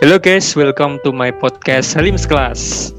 Hello guys, welcome to my podcast Halim's Class.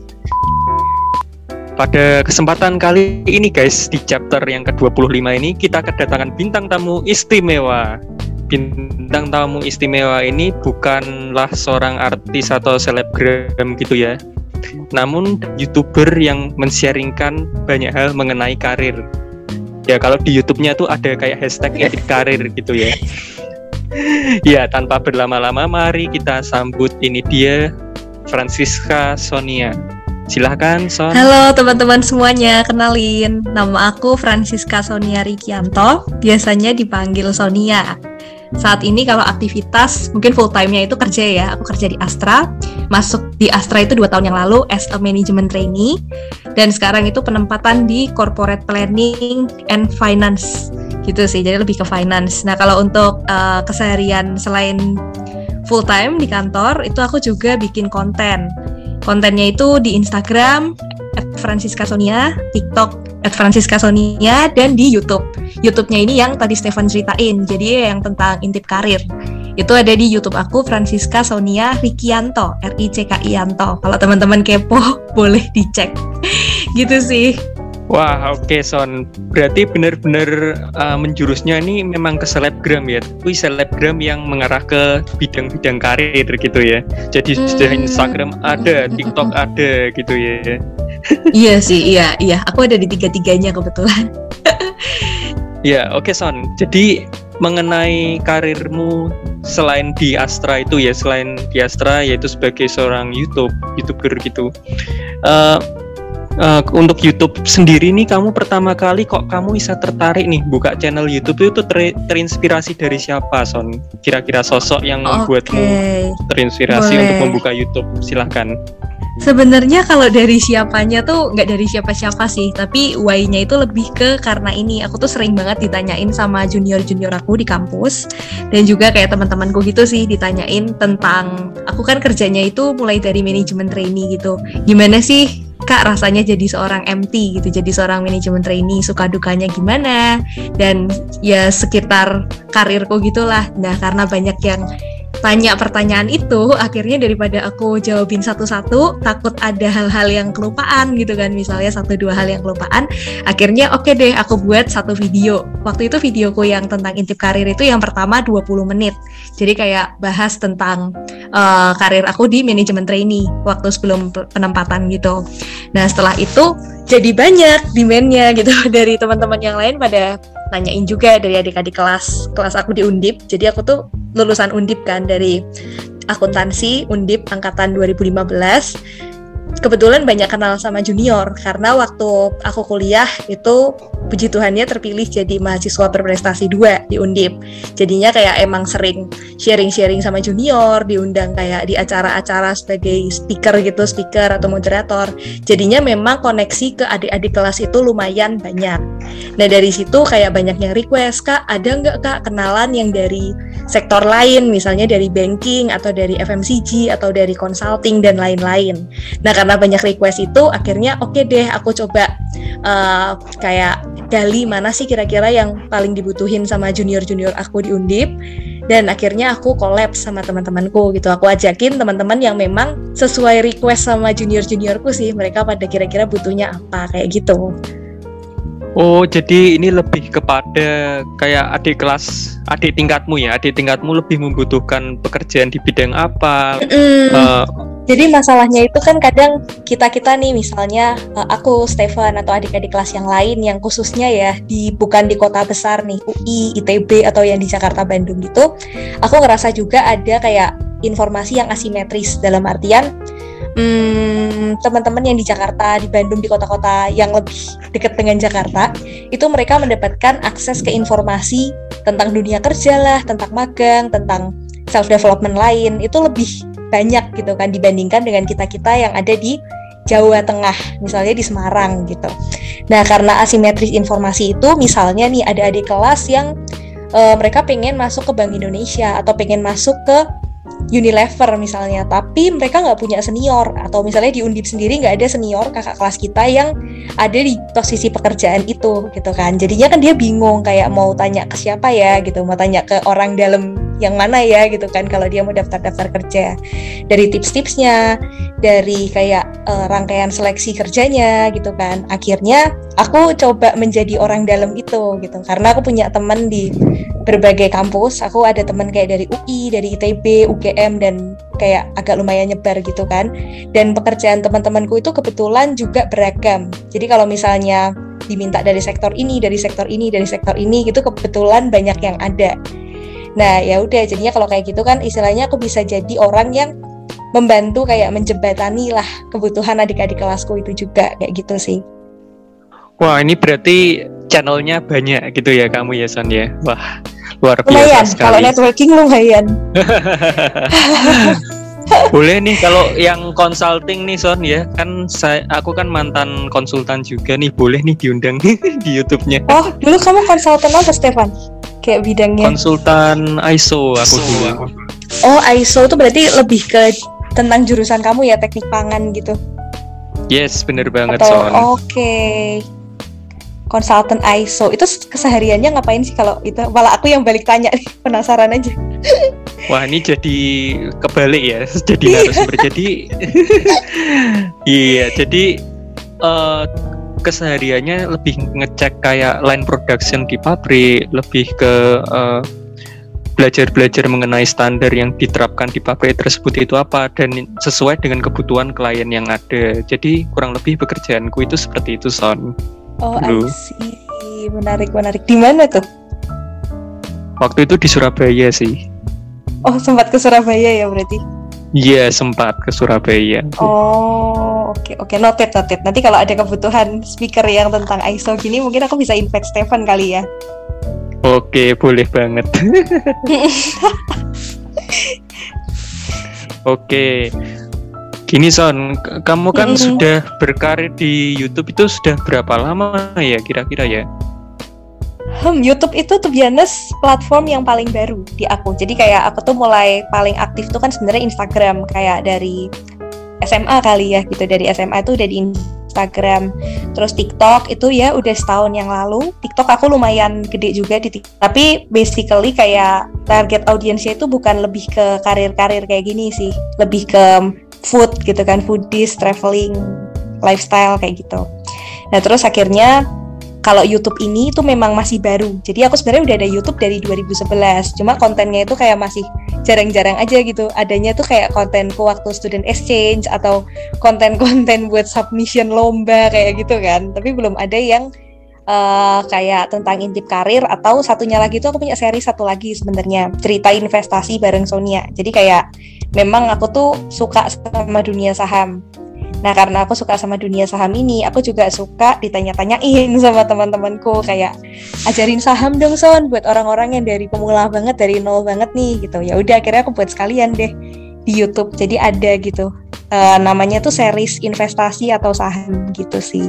Pada kesempatan kali ini guys, di chapter yang ke-25 ini kita kedatangan bintang tamu istimewa. Bintang tamu istimewa ini bukanlah seorang artis atau selebgram gitu ya, namun YouTuber yang men-sharingkan banyak hal mengenai karir. Ya kalau di YouTube-nya tuh ada kayak hashtag edit karir gitu ya. Ya, tanpa berlama-lama mari kita sambut ini dia Francisca Sonia. Silahkan Son. Halo teman-teman semuanya, kenalin nama aku Francisca Sonia Rikianto, biasanya dipanggil Sonia. Saat ini kalau aktivitas mungkin full time-nya itu kerja ya, aku kerja di Astra. Masuk di Astra itu 2 tahun yang lalu as a management trainee, dan sekarang itu penempatan di corporate planning and finance gitu sih, jadi lebih ke finance. Nah kalau untuk keseharian selain full time di kantor, itu aku juga bikin kontennya itu di Instagram @franciscasonia, TikTok @franciscasonia, dan di YouTube-nya ini yang tadi Stefan ceritain, jadi yang tentang intip karir itu ada di YouTube aku Francisca Sonia Rikianto, RICKIanto. Kalau teman-teman kepo boleh dicek gitu sih. Wah, oke Son. Berarti benar-benar menjurusnya ini memang ke selebgram ya. Wih, selebgram yang mengarah ke bidang-bidang karir gitu ya. Jadi sudah Instagram ada, TikTok ada gitu ya. Iya sih, iya. Aku ada di 3-tiganya kebetulan. Ya, oke Son. Jadi mengenai karirmu selain di Astra itu ya, selain di Astra yaitu sebagai seorang YouTuber gitu. Untuk YouTube sendiri nih, kamu pertama kali kok kamu bisa tertarik nih buka channel YouTube itu terinspirasi dari siapa Son? Kira-kira sosok yang membuatmu terinspirasi untuk membuka YouTube? Silahkan. Sebenarnya kalau dari siapanya tuh nggak dari siapa-siapa sih, tapi why-nya itu lebih ke karena ini aku tuh sering banget ditanyain sama junior aku di kampus, dan juga kayak teman-temanku gitu sih ditanyain tentang aku kan kerjanya itu mulai dari manajemen trainee gitu. Gimana sih Kak rasanya jadi seorang MT gitu, jadi seorang manajemen trainee, suka dukanya gimana, dan ya sekitar karirku gitulah. Nah karena banyak yang tanya pertanyaan itu, akhirnya daripada aku jawabin satu-satu, takut ada hal-hal yang kelupaan gitu kan, misalnya 1-2 hal yang kelupaan, akhirnya oke deh aku buat satu video. Waktu itu videoku yang tentang intip karir itu yang pertama 20 menit, jadi kayak bahas tentang karir aku di manajemen trainee waktu sebelum penempatan gitu. Nah setelah itu jadi banyak demand-nya gitu dari teman-teman yang lain, pada nanyain juga dari adik-adik kelas aku di Undip. Jadi aku tuh lulusan Undip kan, dari akuntansi Undip angkatan 2015. Kebetulan banyak kenal sama junior karena waktu aku kuliah itu puji Tuhannya terpilih jadi mahasiswa berprestasi 2 di Undip. Jadinya kayak emang sering sharing sama junior, diundang kayak di acara-acara sebagai speaker atau moderator. Jadinya memang koneksi ke adik-adik kelas itu lumayan banyak. Nah dari situ kayak banyak yang request, Kak ada nggak Kak kenalan yang dari sektor lain, misalnya dari banking atau dari FMCG atau dari consulting dan lain-lain. Nah karena banyak request itu, akhirnya oke deh aku coba kayak gali mana sih kira-kira yang paling dibutuhin sama junior aku di Undip. Dan akhirnya aku collab sama teman-temanku gitu. Aku ajakin teman-teman yang memang sesuai request sama juniorku sih, mereka pada kira-kira butuhnya apa, kayak gitu. Oh, jadi ini lebih kepada kayak adik tingkatmu ya. Adik tingkatmu lebih membutuhkan pekerjaan di bidang apa? Jadi masalahnya itu kan kadang kita nih, misalnya aku, Stefan, atau adik-adik kelas yang lain yang khususnya ya bukan di kota besar nih, UI, ITB, atau yang di Jakarta, Bandung gitu, aku ngerasa juga ada kayak informasi yang asimetris, dalam artian teman-teman yang di Jakarta, di Bandung, di kota-kota yang lebih dekat dengan Jakarta, itu mereka mendapatkan akses ke informasi tentang dunia kerja lah, tentang magang, tentang self-development lain, itu lebih banyak gitu kan dibandingkan dengan kita-kita yang ada di Jawa Tengah, misalnya di Semarang gitu. Nah karena asimetris informasi itu, misalnya nih ada adik kelas yang mereka pengen masuk ke Bank Indonesia atau pengen masuk ke Unilever misalnya, tapi mereka nggak punya senior, atau misalnya di Undip sendiri nggak ada senior kakak kelas kita yang ada di posisi pekerjaan itu gitu kan. Jadinya kan dia bingung kayak mau tanya ke siapa ya gitu, mau tanya ke orang dalam yang mana ya gitu kan kalau dia mau daftar-daftar kerja. Dari tips-tipsnya, dari kayak rangkaian seleksi kerjanya gitu kan. Akhirnya aku coba menjadi orang dalam itu gitu. Karena aku punya teman di berbagai kampus. Aku ada teman kayak dari UI, dari ITB, UGM, dan kayak agak lumayan nyebar gitu kan. Dan pekerjaan teman-temanku itu kebetulan juga beragam. Jadi kalau misalnya diminta dari sektor ini, dari sektor ini, dari sektor ini gitu, kebetulan banyak yang ada. Nah ya udah, jadinya kalau kayak gitu kan istilahnya aku bisa jadi orang yang membantu kayak menjembatani lah kebutuhan adik-adik kelasku itu juga, kayak gitu sih. Wah, ini berarti channelnya banyak gitu ya kamu ya, Son ya. Wah, luar biasa Lumayan, sekali. kalau networking lumayan. Boleh nih kalau yang consulting nih, Son ya. Kan aku kan mantan konsultan juga nih, boleh nih diundang di YouTube-nya. Oh, dulu kamu konsultan apa, Stefan? Kayak bidangnya? Konsultan ISO aku dulu. Oh, ISO itu berarti lebih ke tentang jurusan kamu ya, teknik pangan gitu. Yes, bener banget, Atau, Son. oke. Konsultan ISO itu kesehariannya ngapain sih kalau itu? Malah aku yang balik tanya nih, penasaran aja. Wah, ini jadi kebalik ya, jadi narasumber. Jadi iya, jadi kesehariannya lebih ngecek kayak line production di pabrik, lebih ke belajar mengenai standar yang diterapkan di pabrik tersebut itu apa, dan sesuai dengan kebutuhan klien yang ada. Jadi kurang lebih pekerjaanku itu seperti itu, Son. Oh, I see. Menarik. Di mana tuh? Waktu itu di Surabaya sih. Oh, sempat ke Surabaya ya berarti? Iya, sempat ke Surabaya. Oh, oke. Noted. Nanti kalau ada kebutuhan speaker yang tentang ISO gini, mungkin aku bisa invite Stefan kali ya. Oke, boleh banget. Oke. Gini, Son, kamu kan sudah berkarir di YouTube itu sudah berapa lama ya kira-kira ya? YouTube itu tuh honest platform yang paling baru di aku. Jadi kayak aku tuh mulai paling aktif tuh kan sebenarnya Instagram, kayak dari SMA kali ya gitu. Dari SMA tuh udah di Instagram. Terus TikTok itu ya udah setahun yang lalu. TikTok aku lumayan gede juga di TikTok. Tapi basically kayak target audiensnya itu bukan lebih ke karir-karir kayak gini sih. Lebih ke food gitu kan, foodies, traveling, lifestyle kayak gitu. Nah terus akhirnya kalau YouTube ini tuh memang masih baru. Jadi aku sebenarnya udah ada YouTube dari 2011. Cuma kontennya itu kayak masih jarang-jarang aja gitu. Adanya tuh kayak kontenku waktu student exchange atau konten-konten buat submission lomba kayak gitu kan. Tapi belum ada yang kayak tentang intip karir, atau satunya lagi tuh aku punya seri satu lagi sebenarnya, cerita investasi bareng Sonia. Jadi kayak memang aku tuh suka sama dunia saham. Nah karena aku suka sama dunia saham ini, aku juga suka ditanya-tanyain sama teman-temanku kayak ajarin saham dong Son buat orang-orang yang dari pemula banget, dari nol banget nih gitu. Ya udah akhirnya aku buat sekalian deh di YouTube. Jadi ada gitu namanya tuh series investasi atau saham gitu sih.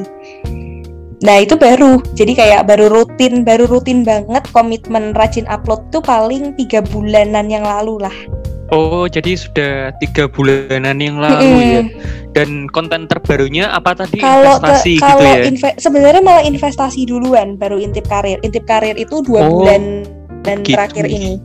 Nah itu baru, jadi kayak baru rutin banget. Komitmen rajin upload tuh paling 3 bulanan yang lalu lah. Oh, jadi sudah 3 bulanan yang lalu ya. Dan konten terbarunya apa tadi? Investasi gitu ya? Sebenarnya malah investasi duluan, baru intip karir. Intip karir itu 2 bulan dan gitu. Terakhir ini.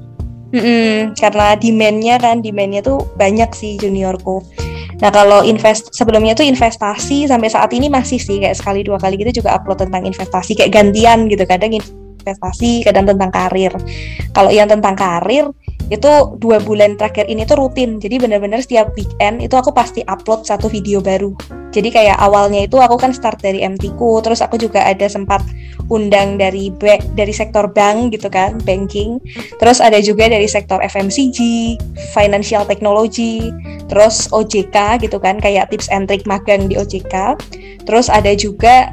Karena demandnya tuh banyak sih juniorku. Nah kalau sebelumnya tuh investasi sampai saat ini masih sih kayak sekali 2 kali gitu juga upload tentang investasi, kayak gantian gitu, kadang investasi, kadang tentang karir. Kalau yang tentang karir itu 2 bulan terakhir ini tuh rutin, jadi benar-benar setiap weekend itu aku pasti upload 1 video baru. Jadi kayak awalnya itu aku kan start dari MT-ku, terus aku juga ada sempat undang dari sektor bank gitu kan, banking, terus ada juga dari sektor FMCG, financial technology, terus OJK gitu kan, kayak tips and trick magang di OJK, terus ada juga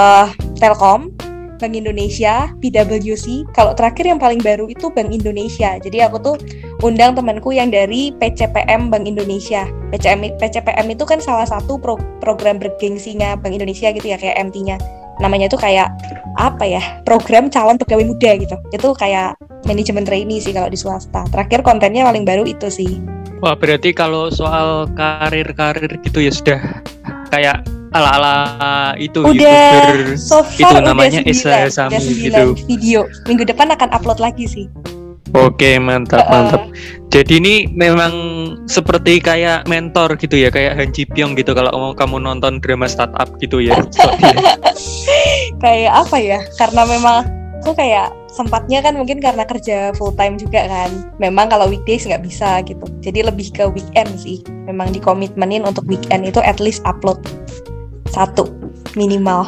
Telkom, Bank Indonesia, PwC. Kalau terakhir yang paling baru itu Bank Indonesia. Jadi aku tuh undang temanku yang dari PCPM Bank Indonesia. PCPM itu kan salah satu program bergengsinya Bank Indonesia gitu ya, kayak MT-nya. Namanya tuh kayak apa ya? Program calon pegawai muda gitu. Itu kayak manajemen trainee sih kalau di swasta. Terakhir kontennya paling baru itu sih. Wah, berarti kalau soal karir-karir gitu ya sudah kayak ala-ala itu udah, YouTuber so itu namanya Esa Sami gitu. Video. Minggu depan akan upload lagi sih. Oke, mantap, mantap. Jadi ini memang seperti kayak mentor gitu ya, kayak Han Ji Pyong gitu kalau mau kamu nonton drama startup gitu ya. Kayak apa ya? Karena memang aku kayak sempatnya kan mungkin karena kerja full time juga kan. Memang kalau weekdays nggak bisa gitu. Jadi lebih ke weekend sih. Memang dikomitmenin untuk weekend itu at least upload 1 minimal.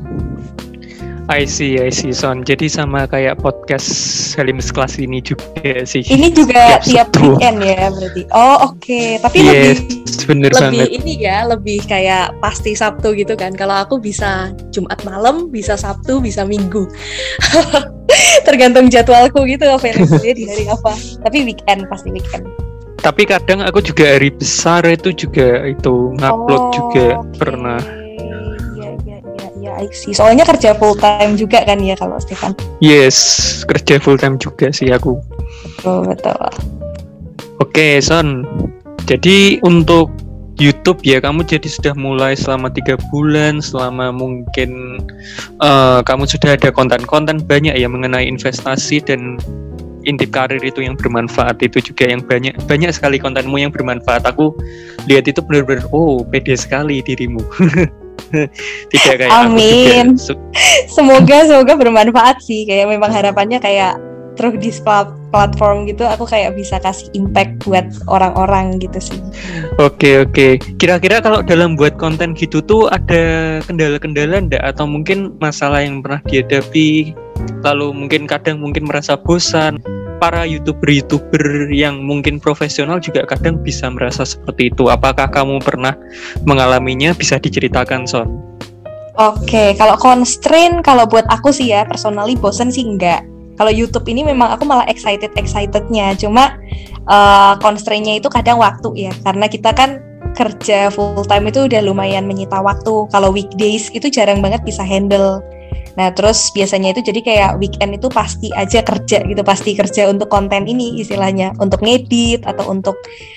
I see, Son. Jadi sama kayak podcast Helims kelas ini juga sih. Ini juga tiap Sabtu. weekend ya berarti. Oh oke. Tapi bener lebih banget. ini ya, lebih kayak pasti Sabtu gitu kan. Kalau aku bisa Jumat malam, bisa Sabtu, bisa Minggu. Tergantung jadwalku gitu available-nya di hari apa. Tapi weekend, pasti weekend. Tapi kadang aku juga hari besar itu juga itu ngupload juga pernah. Iya, I see. Soalnya kerja full time juga kan ya kalau Stefan. Yes, kerja full time juga sih aku. Betul. Oke, Son. Jadi untuk YouTube ya, kamu jadi sudah mulai selama 3 bulan, selama mungkin kamu sudah ada konten-konten banyak ya mengenai investasi dan intip karir itu yang bermanfaat, itu juga yang banyak sekali kontenmu yang bermanfaat. Aku lihat itu benar-benar pede sekali dirimu. Tidak kayak Amin. aku juga. Semoga bermanfaat sih. Kayak memang harapannya kayak through this platform gitu aku kayak bisa kasih impact buat orang-orang gitu sih. Oke. Kira-kira kalau dalam buat konten gitu tuh ada kendala-kendala enggak, atau mungkin masalah yang pernah dihadapi, lalu mungkin kadang merasa bosan? Para YouTuber yang mungkin profesional juga kadang bisa merasa seperti itu. Apakah kamu pernah mengalaminya? Bisa diceritakan, Son? Oke, kalau constraint, kalau buat aku sih ya, personally bosen sih enggak. Kalau YouTube ini memang aku malah excitednya. Cuma constraint-nya itu kadang waktu ya. Karena kita kan kerja full time itu udah lumayan menyita waktu. Kalau weekdays itu jarang banget bisa handle. Nah terus biasanya itu jadi kayak weekend itu pasti aja kerja gitu, pasti kerja untuk konten ini istilahnya, untuk ngedit atau untuk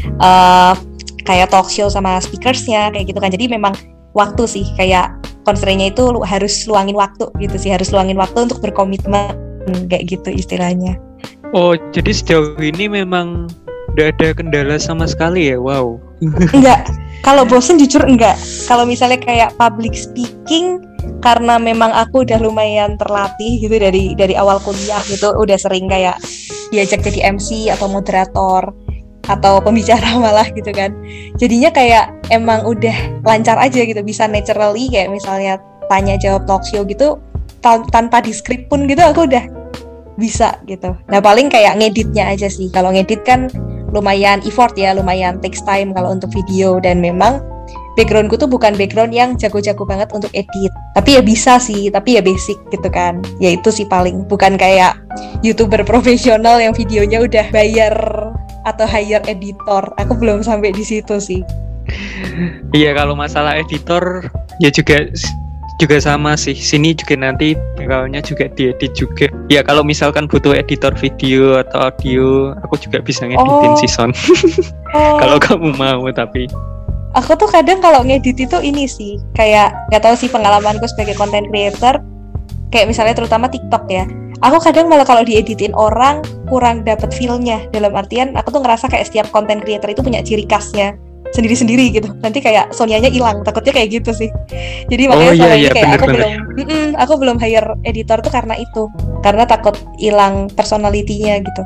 kayak talk show sama speakersnya kayak gitu kan. Jadi memang waktu sih, kayak constraint-nya itu harus luangin waktu gitu sih, harus luangin waktu untuk berkomitmen kayak gitu istilahnya. Oh, jadi sejauh ini memang udah ada kendala sama sekali ya? Wow. Enggak, kalau bosen jujur enggak. Kalau misalnya kayak public speaking, karena memang aku udah lumayan terlatih gitu dari awal kuliah gitu, udah sering kayak diajak jadi MC atau moderator atau pembicara malah gitu kan. Jadinya kayak emang udah lancar aja gitu, bisa naturally kayak misalnya tanya jawab talk show gitu tanpa di script pun gitu aku udah bisa gitu. Nah paling kayak ngeditnya aja sih. Kalau ngedit kan lumayan effort ya, lumayan takes time kalau untuk video, dan memang backgroundku tuh bukan background yang jago-jago banget untuk edit, tapi ya bisa sih, tapi ya basic gitu kan. Ya itu sih paling, bukan kayak YouTuber profesional yang videonya udah bayar atau hire editor. Aku belum sampai di situ sih. Iya, kalau masalah editor ya juga sama sih. Sini juga nanti bakalnya juga diedit juga. Ya kalau misalkan butuh editor video atau audio, aku juga bisa ngeditin sih, Son. Kalau kamu mau. Tapi aku tuh kadang kalau ngedit itu ini sih, kayak nggak tahu sih pengalamanku sebagai content creator, kayak misalnya terutama TikTok ya, aku kadang malah kalau dieditin orang kurang dapet feel-nya. Dalam artian aku tuh ngerasa kayak setiap content creator itu punya ciri khasnya sendiri-sendiri gitu. Nanti kayak Sonyanya hilang, takutnya kayak gitu sih. Jadi makanya selama ini kayak aku belum hire editor tuh karena itu, karena takut hilang personality-nya gitu.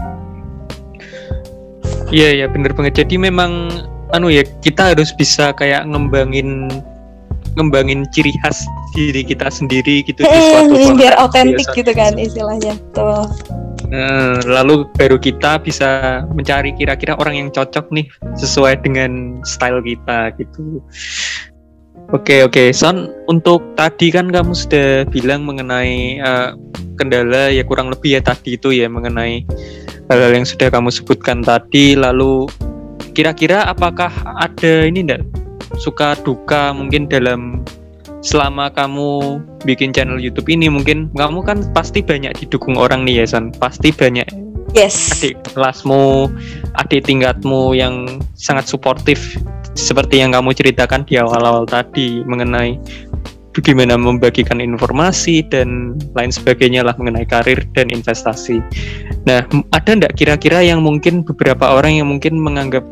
Iya bener banget. Jadi memang kita harus bisa kayak ngembangin ciri khas diri kita sendiri gitu di suatu konten, biar autentik gitu kan istilahnya tuh. Lalu baru kita bisa mencari kira-kira orang yang cocok nih sesuai dengan style kita gitu. Oke, Son, untuk tadi kan kamu sudah bilang mengenai kendala ya, kurang lebih ya tadi itu ya, mengenai hal-hal yang sudah kamu sebutkan tadi. Lalu kira-kira apakah ada ini enggak, suka duka mungkin dalam selama kamu bikin channel YouTube ini? Mungkin kamu kan pasti banyak didukung orang nih ya, San. Pasti banyak adik kelasmu, adik tingkatmu yang sangat suportif seperti yang kamu ceritakan di awal-awal tadi mengenai bagaimana membagikan informasi dan lain sebagainya lah mengenai karir dan investasi. Nah, ada nggak kira-kira yang mungkin beberapa orang yang mungkin menganggap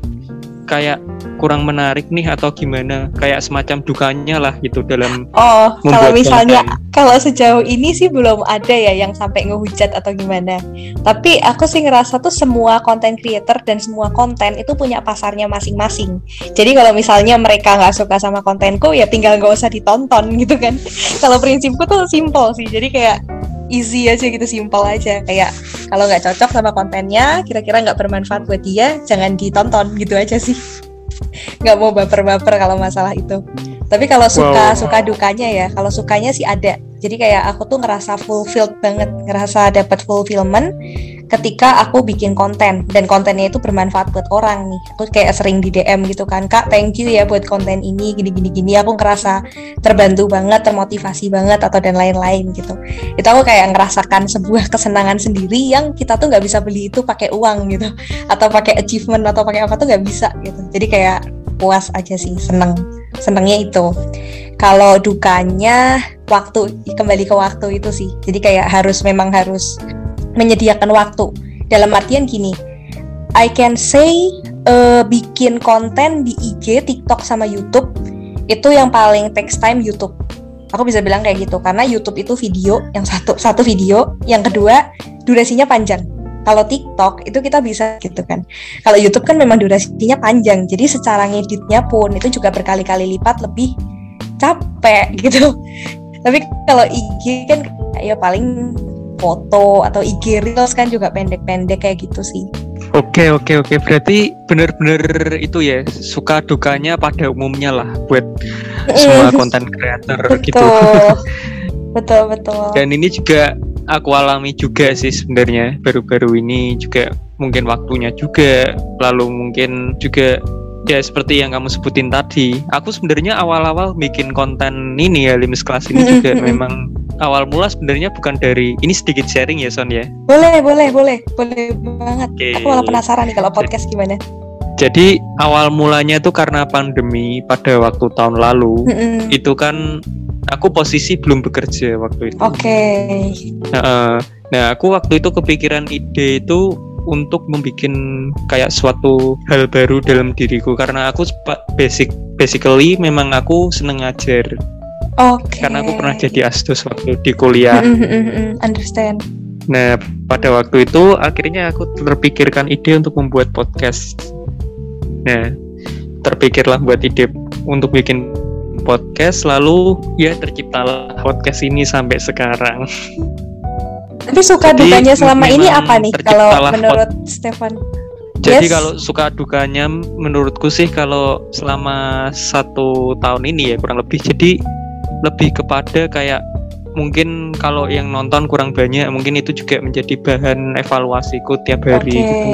kayak kurang menarik nih atau gimana, kayak semacam dukanya lah gitu dalam kalau misalnya konten. kalau sejauh ini sih belum ada ya yang sampai ngehujat atau gimana, tapi aku sih ngerasa tuh semua content creator dan semua konten itu punya pasarnya masing-masing. Jadi kalau misalnya mereka nggak suka sama kontenku ya tinggal nggak usah ditonton gitu kan. Kalau prinsipku tuh simple sih, jadi kayak easy aja gitu, simple aja, kayak kalau nggak cocok sama kontennya, kira-kira nggak bermanfaat buat dia, jangan ditonton gitu aja sih. Nggak mau baper-baper kalau masalah itu. Tapi kalau suka dukanya ya, kalau sukanya sih ada. Jadi kayak aku tuh ngerasa fulfilled banget, ngerasa dapat fulfillment ketika aku bikin konten dan kontennya itu bermanfaat buat orang nih. Aku kayak sering di DM gitu kan, Kak thank you ya buat konten ini gini. Aku ngerasa terbantu banget, termotivasi banget atau dan lain-lain gitu. Itu aku kayak ngerasakan sebuah kesenangan sendiri yang kita tuh nggak bisa beli itu pakai uang gitu, atau pakai achievement atau pakai apa tuh nggak bisa gitu. Jadi kayak puas aja sih, senengnya itu. Kalau dukanya kembali ke waktu itu sih. Jadi kayak memang harus menyediakan waktu. Dalam artian gini, I can say bikin konten di IG, TikTok sama YouTube itu yang paling takes time YouTube. Aku bisa bilang kayak gitu karena YouTube itu video yang satu video, yang kedua durasinya panjang. Kalau TikTok itu kita bisa gitu kan. Kalau YouTube kan memang durasinya panjang, jadi secara ngeditnya pun itu juga berkali-kali lipat lebih capek gitu. Tapi kalau IG kan ya paling foto atau IG Reels kan juga pendek-pendek kayak gitu sih. Oke. Berarti benar-benar itu ya, suka dukanya pada umumnya lah buat semua konten creator gitu. Betul. Dan ini juga aku alami juga sih sebenarnya baru-baru ini juga, mungkin waktunya juga, lalu mungkin juga ya seperti yang kamu sebutin tadi. Aku sebenarnya awal-awal bikin konten ini ya, Limes Kelas ini juga memang awal mula sebenarnya bukan dari, ini sedikit sharing ya Son ya. Boleh banget. Okay. Aku malah penasaran nih kalau podcast gimana. Jadi awal mulanya tuh karena pandemi pada waktu tahun lalu. Itu kan aku posisi belum bekerja waktu itu. Oke. Nah, aku waktu itu kepikiran ide itu untuk membuat kayak suatu hal baru dalam diriku, karena aku basically memang aku seneng ngajar. Karena aku pernah jadi asdos waktu di kuliah. Understand. Nah, pada waktu itu akhirnya aku terpikirkan ide untuk membuat podcast. Nah, terpikirlah buat ide untuk bikin podcast, lalu ya terciptalah podcast ini sampai sekarang. Tapi suka dukanya selama ini apa nih kalau menurut Stefan? Jadi kalau suka dukanya menurutku sih kalau selama 1 tahun ini ya kurang lebih, jadi lebih kepada kayak mungkin kalau yang nonton kurang banyak, mungkin itu juga menjadi bahan evaluasiku tiap hari gitu.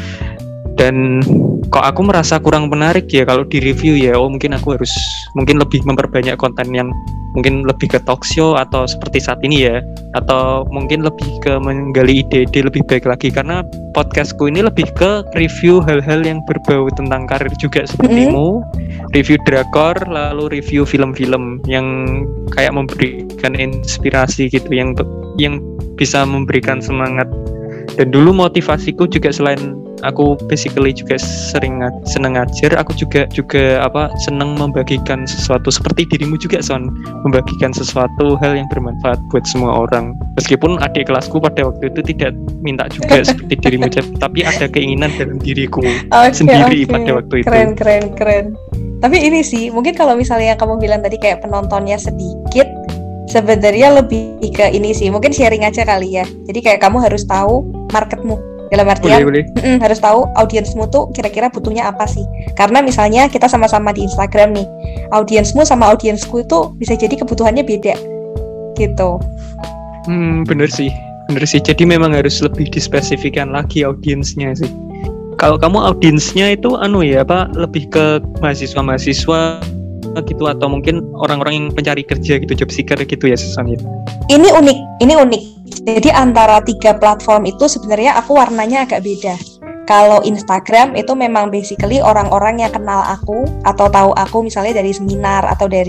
Dan kok aku merasa kurang menarik ya kalau di review ya, mungkin aku harus lebih memperbanyak konten yang mungkin lebih ke talk show atau seperti saat ini ya, atau mungkin lebih ke menggali ide-ide lebih baik lagi, karena podcastku ini lebih ke review hal-hal yang berbau tentang karir juga sepertimu, review drakor, lalu review film-film yang kayak memberikan inspirasi gitu, yang bisa memberikan semangat. Dan dulu motivasiku juga selain aku basically juga seneng ngajar, aku juga seneng membagikan sesuatu seperti dirimu juga Son, membagikan sesuatu hal yang bermanfaat buat semua orang. Meskipun adik kelasku pada waktu itu tidak minta juga seperti dirimu, tapi ada keinginan dalam diriku sendiri pada waktu itu. Keren. Tapi ini sih mungkin kalau misalnya kamu bilang tadi kayak penontonnya sedikit, sebenarnya lebih ke ini sih, mungkin sharing aja kali ya. Jadi kayak kamu harus tahu marketmu, dalam artian harus tahu audiensmu tuh kira-kira butuhnya apa sih. Karena misalnya kita sama-sama di Instagram nih, audiensmu sama audiensku itu bisa jadi kebutuhannya beda gitu. Bener sih. Jadi memang harus lebih dispesifikan lagi audiensnya sih. Kalau kamu audiensnya itu lebih ke mahasiswa gitu, atau mungkin orang-orang yang pencari kerja gitu, job seeker gitu ya Susan ya? Ini unik. Jadi antara 3 platform itu sebenarnya aku warnanya agak beda. Kalau Instagram itu memang basically orang-orang yang kenal aku atau tahu aku misalnya dari seminar atau dari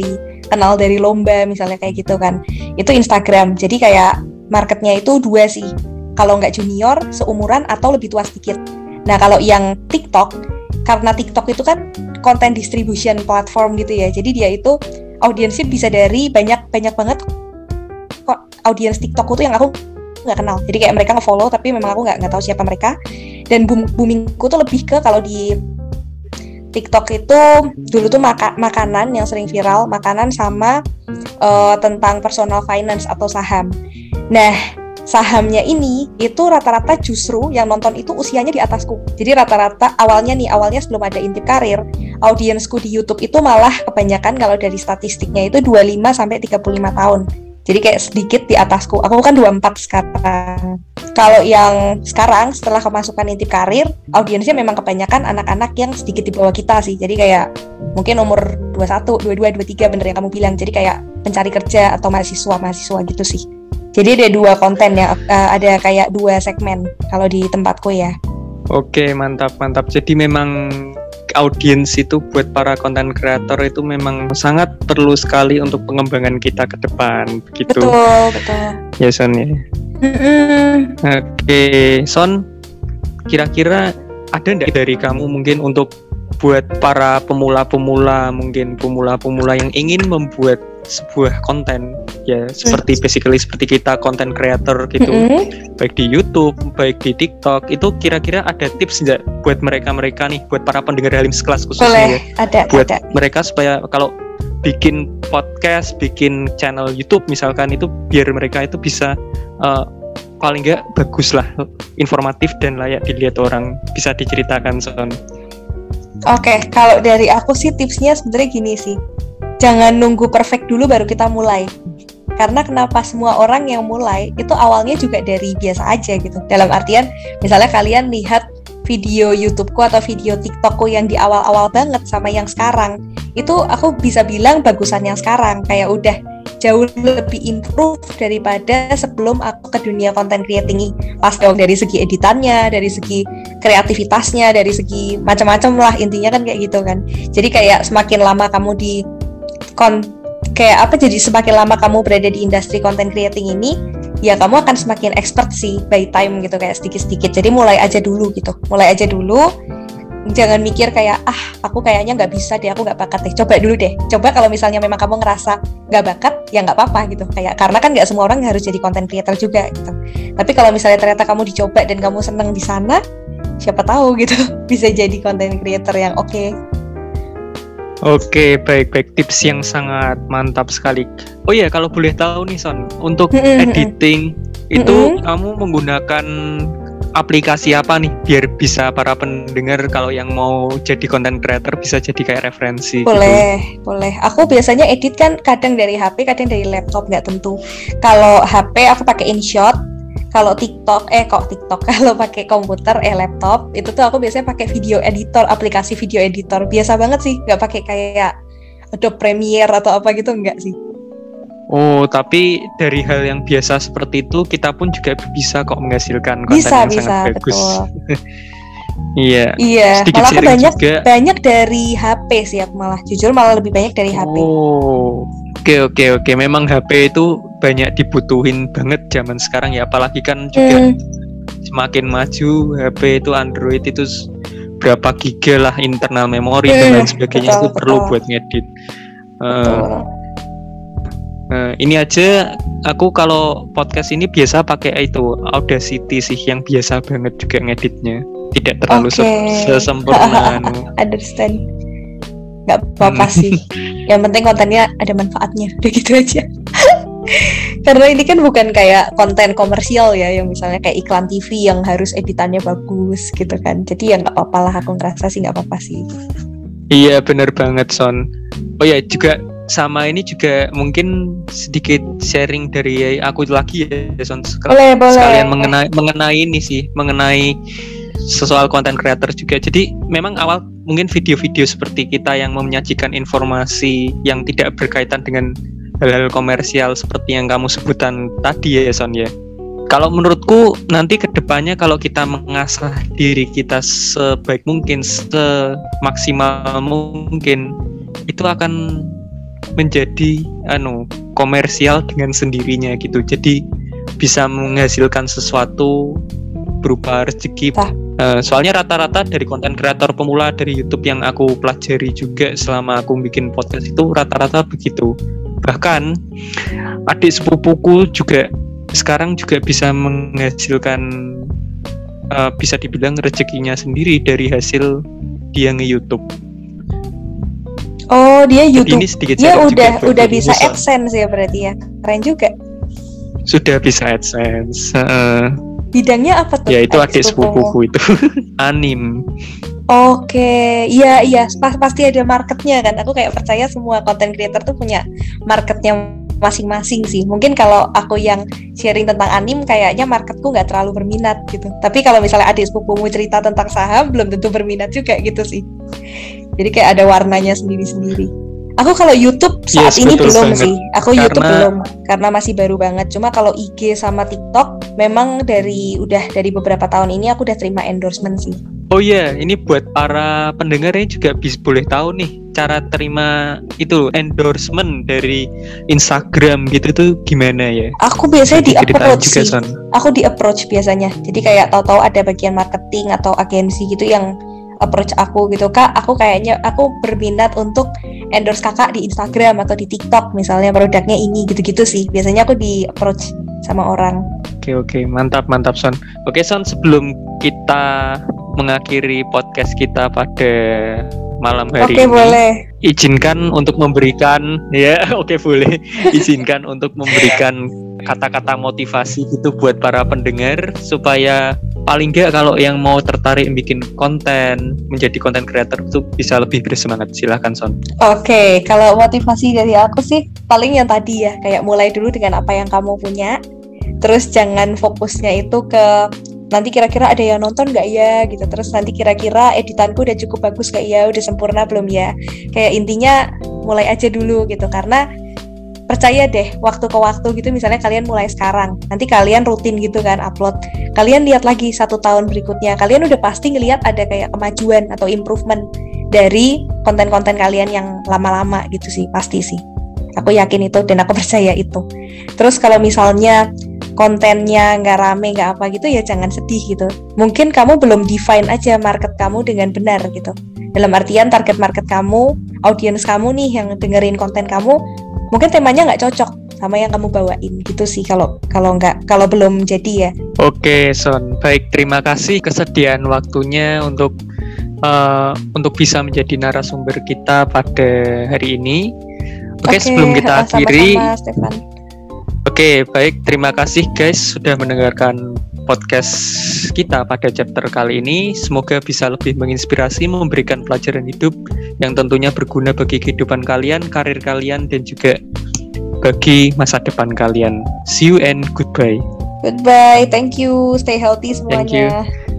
kenal dari lomba misalnya kayak gitu kan. Itu Instagram. Jadi kayak marketnya itu 2 sih. Kalau nggak junior, seumuran atau lebih tua sedikit. Nah kalau yang TikTok, karena TikTok itu kan content distribution platform gitu ya. Jadi dia itu audiensnya bisa dari banyak banget kok audiens TikTok itu yang aku nggak kenal. Jadi kayak mereka nge-follow tapi memang aku nggak tahu siapa mereka. Dan boomingku tuh lebih ke kalau di TikTok itu dulu tuh makanan yang sering viral, makanan sama tentang personal finance atau saham. Nah, sahamnya ini itu rata-rata justru yang nonton itu usianya di atasku. Jadi rata-rata awalnya sebelum ada Intip Karir, audiensku di YouTube itu malah kebanyakan kalau dari statistiknya itu 25 sampai 35 tahun. Jadi kayak sedikit di atasku. Aku kan 24 sekarang. Kalau yang sekarang setelah kemasukan Intip Karir, audiensnya memang kebanyakan anak-anak yang sedikit di bawah kita sih. Jadi kayak mungkin umur 21, 22, 23 bener yang kamu bilang. Jadi kayak pencari kerja atau mahasiswa gitu sih. Jadi ada 2 konten ya, ada kayak 2 segmen kalau di tempatku ya. Oke, mantap. Jadi memang audiens itu buat para konten kreator itu memang sangat perlu sekali untuk pengembangan kita ke depan, begitu. Betul. Ya, Son ya. Oke, Son, kira-kira ada nggak dari kamu mungkin untuk buat para pemula yang ingin membuat sebuah konten ya seperti kita content creator gitu, baik di YouTube, baik di TikTok, itu kira-kira ada tips nggak buat mereka nih, buat para pendengar Halim Sekelas khususnya? Boleh, ada. Mereka supaya kalau bikin podcast, bikin channel YouTube misalkan, itu biar mereka itu bisa paling nggak bagus lah, informatif dan layak dilihat orang. Bisa diceritakan, Son? Oke, kalau dari aku sih tipsnya sebenarnya gini sih. Jangan nunggu perfect dulu baru kita mulai. Karena kenapa semua orang yang mulai itu awalnya juga dari biasa aja gitu. Dalam artian misalnya kalian lihat video YouTubeku atau video TikTokku yang di awal-awal banget sama yang sekarang, itu aku bisa bilang bagusan yang sekarang. Kayak udah jauh lebih improve daripada sebelum aku ke dunia content creating ini. Pas dong dari segi editannya, dari segi kreativitasnya, dari segi macam-macam lah, intinya kan kayak gitu kan. Jadi kayak semakin lama kamu jadi semakin lama kamu berada di industri content creating ini, ya kamu akan semakin expert sih by time gitu, kayak sedikit-sedikit. Jadi mulai aja dulu. Jangan mikir kayak aku kayaknya nggak bisa deh, aku nggak bakat deh. Coba dulu deh. Coba kalau misalnya memang kamu ngerasa nggak bakat, ya nggak apa-apa gitu. Kayak karena kan nggak semua orang harus jadi content creator juga gitu. Tapi kalau misalnya ternyata kamu dicoba dan kamu seneng di sana, siapa tahu gitu bisa jadi content creator yang oke. Oke, baik. Tips yang sangat mantap sekali. Oh iya, kalau boleh tahu nih, Son, untuk editing itu kamu menggunakan aplikasi apa nih biar bisa para pendengar kalau yang mau jadi content creator bisa jadi kayak referensi? Boleh. Aku biasanya edit kan kadang dari HP, kadang dari laptop, nggak tentu. Kalau HP aku pakai InShot. Kalau TikTok, kalau pakai komputer, laptop, itu tuh aku biasanya pakai video editor, aplikasi video editor. Biasa banget sih, nggak pakai kayak Adobe Premiere atau apa gitu, nggak sih. Oh, tapi dari hal yang biasa seperti itu, kita pun juga bisa kok menghasilkan konten yang sangat bagus. Iya. Malah aku banyak dari HP sih, aku malah lebih banyak dari HP. Oh, oke. Memang HP itu banyak dibutuhin banget zaman sekarang ya, apalagi kan juga semakin maju HP itu Android itu berapa giga lah internal memori dan lain sebagainya, itu perlu buat ngedit. Ini aja aku kalau podcast ini biasa pakai itu Audacity sih, yang biasa banget juga ngeditnya, tidak terlalu sesempurna. Understand. Gak apa-apa sih. Yang penting kontennya ada manfaatnya, udah gitu aja. Karena ini kan bukan kayak konten komersial ya, yang misalnya kayak iklan TV yang harus editannya bagus gitu kan. Jadi ya nggak apa-apa lah, aku ngerasa sih nggak apa-apa sih. Iya benar banget, Son. Oh ya, juga sama ini juga mungkin sedikit sharing dari aku lagi ya, Son. Boleh. Sekalian mengenai ini sih, mengenai soal content creator juga. Jadi memang awal mungkin video-video seperti kita yang menyajikan informasi yang tidak berkaitan dengan hal-hal komersial seperti yang kamu sebutan tadi ya, Son ya. Kalau menurutku nanti kedepannya kalau kita mengasah diri kita sebaik mungkin, semaksimal mungkin, itu akan menjadi komersial dengan sendirinya gitu. Jadi bisa menghasilkan sesuatu berupa rezeki. Soalnya rata-rata dari konten kreator pemula dari YouTube yang aku pelajari juga selama aku bikin podcast itu rata-rata begitu. Bahkan adik sepupuku juga sekarang juga bisa menghasilkan bisa dibilang rezekinya sendiri dari hasil dia nge-YouTube. Oh, dia YouTube. Dia udah bisa AdSense ya berarti ya. Keren juga. Sudah bisa AdSense. Bidangnya apa tuh? Ya itu adik sepupuku itu. Anim. Oke, iya pasti ada marketnya kan. Aku kayak percaya semua content creator tuh punya marketnya masing-masing sih. Mungkin kalau aku yang sharing tentang anim kayaknya marketku nggak terlalu berminat gitu. Tapi kalau misalnya adik sepupumu cerita tentang saham belum tentu berminat juga gitu sih. Jadi kayak ada warnanya sendiri-sendiri. Aku kalau YouTube saat ini belum banget. Sih. Aku YouTube belum karena masih baru banget. Cuma kalau IG sama TikTok memang dari beberapa tahun ini aku udah terima endorsement sih. Oh iya, ini buat para pendengarnya juga boleh tahu nih cara terima itu endorsement dari Instagram gitu tuh gimana ya? Aku biasanya di-approach sih. Aku di-approach biasanya. Jadi kayak tahu-tahu ada bagian marketing atau agensi gitu yang approach aku gitu, Kak, aku berminat untuk endorse kakak di Instagram atau di TikTok misalnya produknya ini gitu-gitu sih. Biasanya aku di-approach sama orang. Oke, mantap Son. Oke Son, sebelum kita mengakhiri podcast kita pada malam hari ini. Boleh. Izinkan untuk memberikan izinkan untuk memberikan kata-kata motivasi gitu buat para pendengar supaya paling nggak kalau yang mau tertarik bikin konten, menjadi konten creator itu bisa lebih bersemangat. Silahkan Son. Oke, kalau motivasi dari aku sih paling yang tadi ya, kayak mulai dulu dengan apa yang kamu punya. Terus jangan fokusnya itu ke nanti kira-kira ada yang nonton nggak ya gitu. Terus nanti kira-kira editanku udah cukup bagus nggak ya, udah sempurna belum ya. Kayak intinya mulai aja dulu gitu, karena percaya deh waktu ke waktu gitu, misalnya kalian mulai sekarang, nanti kalian rutin gitu kan upload, kalian lihat lagi 1 tahun berikutnya, kalian udah pasti ngelihat ada kayak kemajuan atau improvement dari konten-konten kalian yang lama-lama gitu sih, pasti sih. Aku yakin itu dan aku percaya itu. Terus kalau misalnya kontennya nggak rame, nggak apa gitu, ya jangan sedih gitu. Mungkin kamu belum define aja market kamu dengan benar gitu. Dalam artian target market kamu, audience kamu nih yang dengerin konten kamu, mungkin temanya nggak cocok sama yang kamu bawain gitu sih kalau belum jadi ya. Oke Son, baik, terima kasih kesediaan waktunya untuk bisa menjadi narasumber kita pada hari ini. Oke, sebelum kita akhiri, Oke, baik, terima kasih guys sudah mendengarkan podcast kita pada chapter kali ini. Semoga bisa lebih menginspirasi, memberikan pelajaran hidup yang tentunya berguna bagi kehidupan kalian, karir kalian, dan juga bagi masa depan kalian. See you and goodbye. Goodbye, thank you, stay healthy semuanya. Thank you.